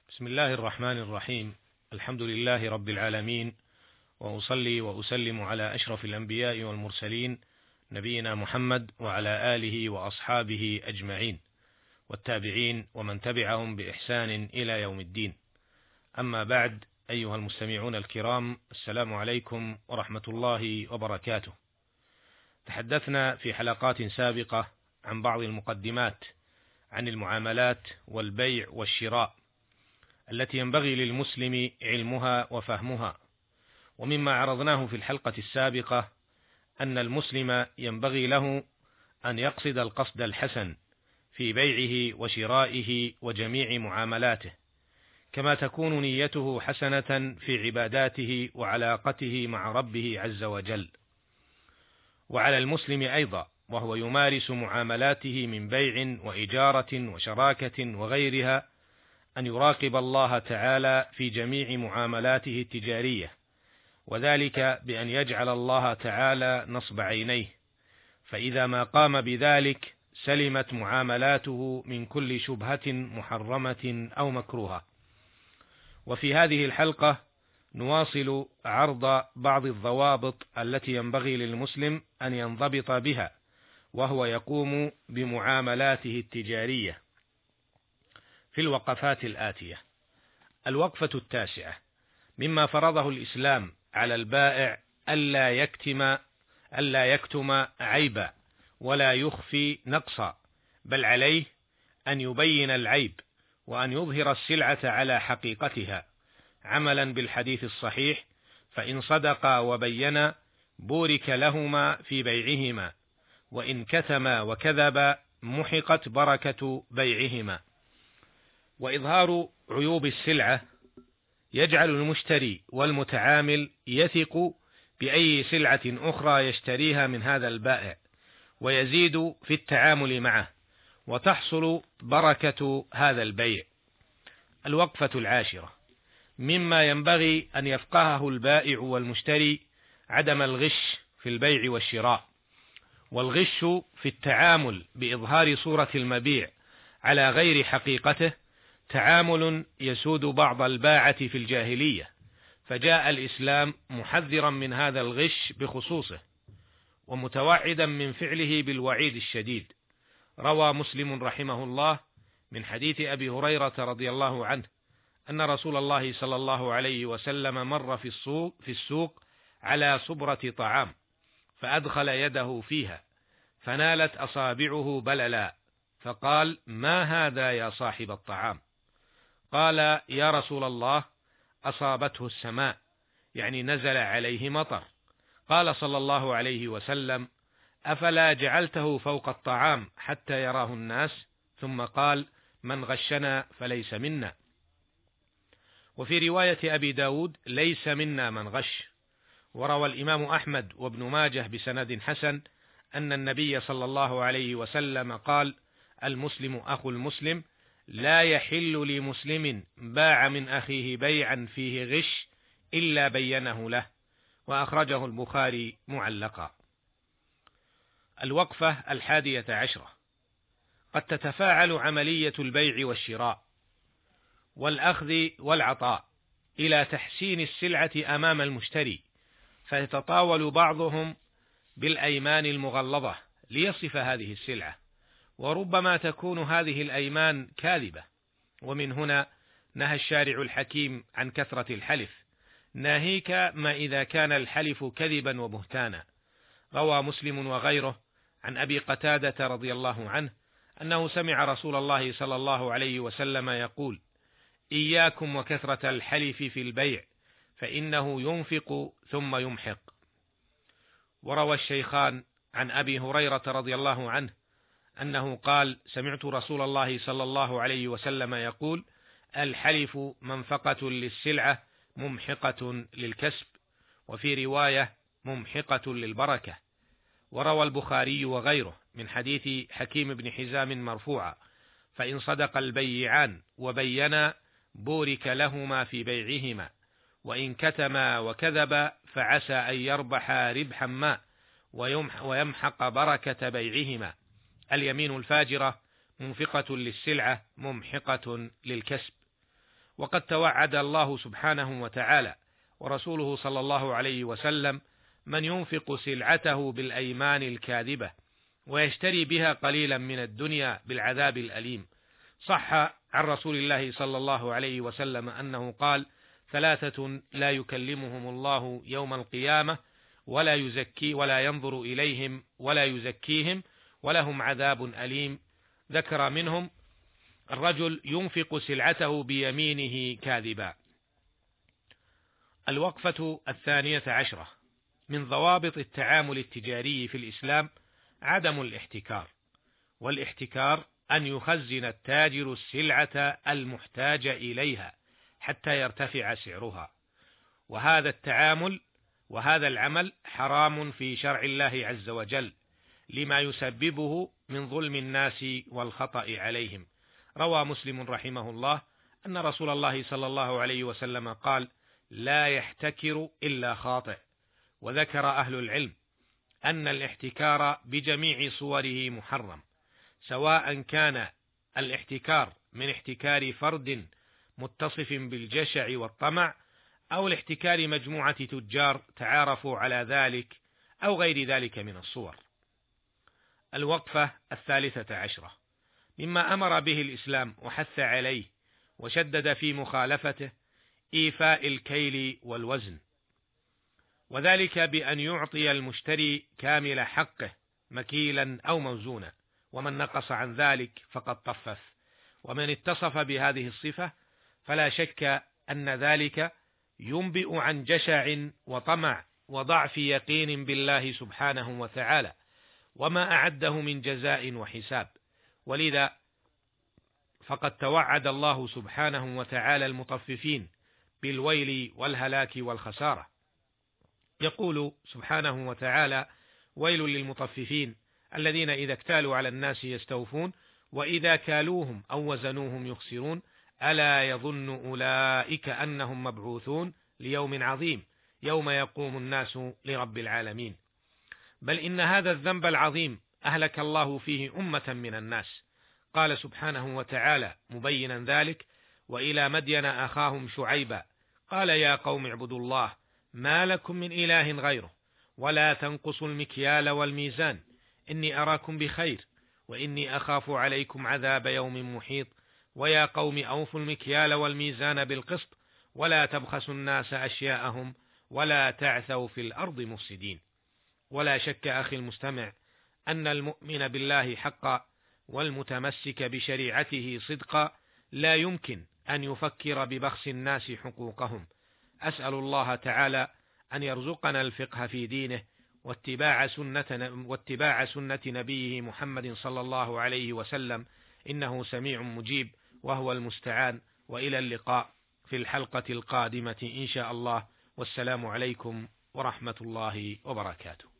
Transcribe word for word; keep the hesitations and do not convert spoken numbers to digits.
بسم الله الرحمن الرحيم. الحمد لله رب العالمين، وأصلي وأسلم على أشرف الأنبياء والمرسلين نبينا محمد وعلى آله وأصحابه أجمعين والتابعين ومن تبعهم بإحسان إلى يوم الدين. أما بعد، أيها المستمعون الكرام، السلام عليكم ورحمة الله وبركاته. تحدثنا في حلقات سابقة عن بعض المقدمات عن المعاملات والبيع والشراء التي ينبغي للمسلم علمها وفهمها، ومما عرضناه في الحلقة السابقة أن المسلم ينبغي له أن يقصد القصد الحسن في بيعه وشرائه وجميع معاملاته، كما تكون نيته حسنة في عباداته وعلاقته مع ربه عز وجل. وعلى المسلم أيضا وهو يمارس معاملاته من بيع وإجارة وشراكة وغيرها أن يراقب الله تعالى في جميع معاملاته التجارية، وذلك بأن يجعل الله تعالى نصب عينيه، فإذا ما قام بذلك سلمت معاملاته من كل شبهة محرمة أو مكروهة. وفي هذه الحلقة نواصل عرض بعض الضوابط التي ينبغي للمسلم أن ينضبط بها وهو يقوم بمعاملاته التجارية في الوقفات الآتية. الوقفة التاسعة: مما فرضه الإسلام على البائع ألا يكتم ألا يكتم عيبا ولا يخفي نقصا، بل عليه أن يبين العيب وأن يظهر السلعة على حقيقتها، عملا بالحديث الصحيح: فإن صدقا وبينا بورك لهما في بيعهما، وإن كتما وكذبا محقت بركة بيعهما. وإظهار عيوب السلعة يجعل المشتري والمتعامل يثق بأي سلعة أخرى يشتريها من هذا البائع، ويزيد في التعامل معه، وتحصل بركة هذا البيع. الوقفة العاشرة: مما ينبغي أن يفقهه البائع والمشتري عدم الغش في البيع والشراء. والغش في التعامل بإظهار صورة المبيع على غير حقيقته تعامل يسود بعض الباعة في الجاهلية، فجاء الإسلام محذرا من هذا الغش بخصوصه، ومتوعدا من فعله بالوعيد الشديد. روى مسلم رحمه الله من حديث أبي هريرة رضي الله عنه أن رسول الله صلى الله عليه وسلم مر في السوق, في السوق على صبرة طعام، فأدخل يده فيها فنالت أصابعه بللا، فقال: ما هذا يا صاحب الطعام؟ قال: يا رسول الله، أصابته السماء، يعني نزل عليه مطر. قال صلى الله عليه وسلم: أفلا جعلته فوق الطعام حتى يراه الناس؟ ثم قال: من غشنا فليس منا. وفي رواية أبي داود: ليس منا من غش. وروى الإمام أحمد وابن ماجه بسند حسن أن النبي صلى الله عليه وسلم قال: المسلم أخو المسلم، لا يحل لمسلم باع من أخيه بيعا فيه غش إلا بينه له. وأخرجه البخاري معلقا. الوقفة الحادية عشرة: قد تتفاعل عملية البيع والشراء والأخذ والعطاء إلى تحسين السلعة أمام المشتري، فيتطاول بعضهم بالأيمان المغلظة ليصف هذه السلعة، وربما تكون هذه الأيمان كاذبة. ومن هنا نهى الشارع الحكيم عن كثرة الحلف، ناهيك ما إذا كان الحلف كذبا وبهتانا. روى مسلم وغيره عن أبي قتادة رضي الله عنه أنه سمع رسول الله صلى الله عليه وسلم يقول: إياكم وكثرة الحلف في البيع، فإنه ينفق ثم يمحق. وروى الشيخان عن أبي هريرة رضي الله عنه أنه قال: سمعت رسول الله صلى الله عليه وسلم يقول: الحلف منفقة للسلعة ممحقة للكسب، وفي رواية ممحقة للبركة. وروى البخاري وغيره من حديث حكيم بن حزام مرفوعا: فإن صدق البيعان وبينا بورك لهما في بيعهما، وإن كتما وكذبا فعسى أن يربح ربحا ما ويمحق بركة بيعهما. اليمين الفاجرة منفقة للسلعة ممحقة للكسب. وقد توعد الله سبحانه وتعالى ورسوله صلى الله عليه وسلم من ينفق سلعته بالأيمان الكاذبة ويشتري بها قليلا من الدنيا بالعذاب الأليم. صح عن رسول الله صلى الله عليه وسلم أنه قال: ثلاثة لا يكلمهم الله يوم القيامة ولا يزكي ولا ينظر إليهم ولا يزكيهم ولهم عذاب أليم. ذكر منهم الرجل ينفق سلعته بيمينه كاذبا. الوقفة الثانية عشرة: من ضوابط التعامل التجاري في الإسلام عدم الاحتكار، والاحتكار أن يخزن التاجر السلعة المحتاج إليها حتى يرتفع سعرها، وهذا التعامل وهذا العمل حرام في شرع الله عز وجل لما يسببه من ظلم الناس والخطأ عليهم. روى مسلم رحمه الله أن رسول الله صلى الله عليه وسلم قال: لا يحتكر إلا خاطئ. وذكر أهل العلم أن الاحتكار بجميع صوره محرم، سواء كان الاحتكار من احتكار فرد متصف بالجشع والطمع، أو الاحتكار مجموعة تجار تعارفوا على ذلك، أو غير ذلك من الصور. الوقفة الثالثة عشرة: مما أمر به الإسلام وحث عليه وشدد في مخالفته إيفاء الكيل والوزن، وذلك بأن يعطي المشتري كامل حقه مكيلا أو موزونا، ومن نقص عن ذلك فقد طفف. ومن اتصف بهذه الصفة فلا شك أن ذلك ينبئ عن جشع وطمع وضعف يقين بالله سبحانه وتعالى وما أعده من جزاء وحساب. ولذا فقد توعد الله سبحانه وتعالى المطففين بالويل والهلاك والخسارة. يقول سبحانه وتعالى: ويل للمطففين الذين إذا اكتالوا على الناس يستوفون وإذا كالوهم أو وزنوهم يخسرون ألا يظن أولئك أنهم مبعوثون ليوم عظيم يوم يقوم الناس لرب العالمين. بل إن هذا الذنب العظيم أهلك الله فيه أمة من الناس. قال سبحانه وتعالى مبينا ذلك: وإلى مدين أخاهم شعيبا قال يا قوم اعبدوا الله ما لكم من إله غيره ولا تنقصوا المكيال والميزان إني أراكم بخير وإني أخاف عليكم عذاب يوم محيط ويا قوم أوفوا المكيال والميزان بالقسط ولا تبخسوا الناس أشياءهم ولا تعثوا في الأرض مفسدين. ولا شك أخي المستمع أن المؤمن بالله حقا والمتمسك بشريعته صدقا لا يمكن أن يفكر ببخس الناس حقوقهم. أسأل الله تعالى أن يرزقنا الفقه في دينه واتباع سنة, واتباع سنة نبيه محمد صلى الله عليه وسلم، إنه سميع مجيب وهو المستعان. وإلى اللقاء في الحلقة القادمة إن شاء الله، والسلام عليكم ورحمة الله وبركاته.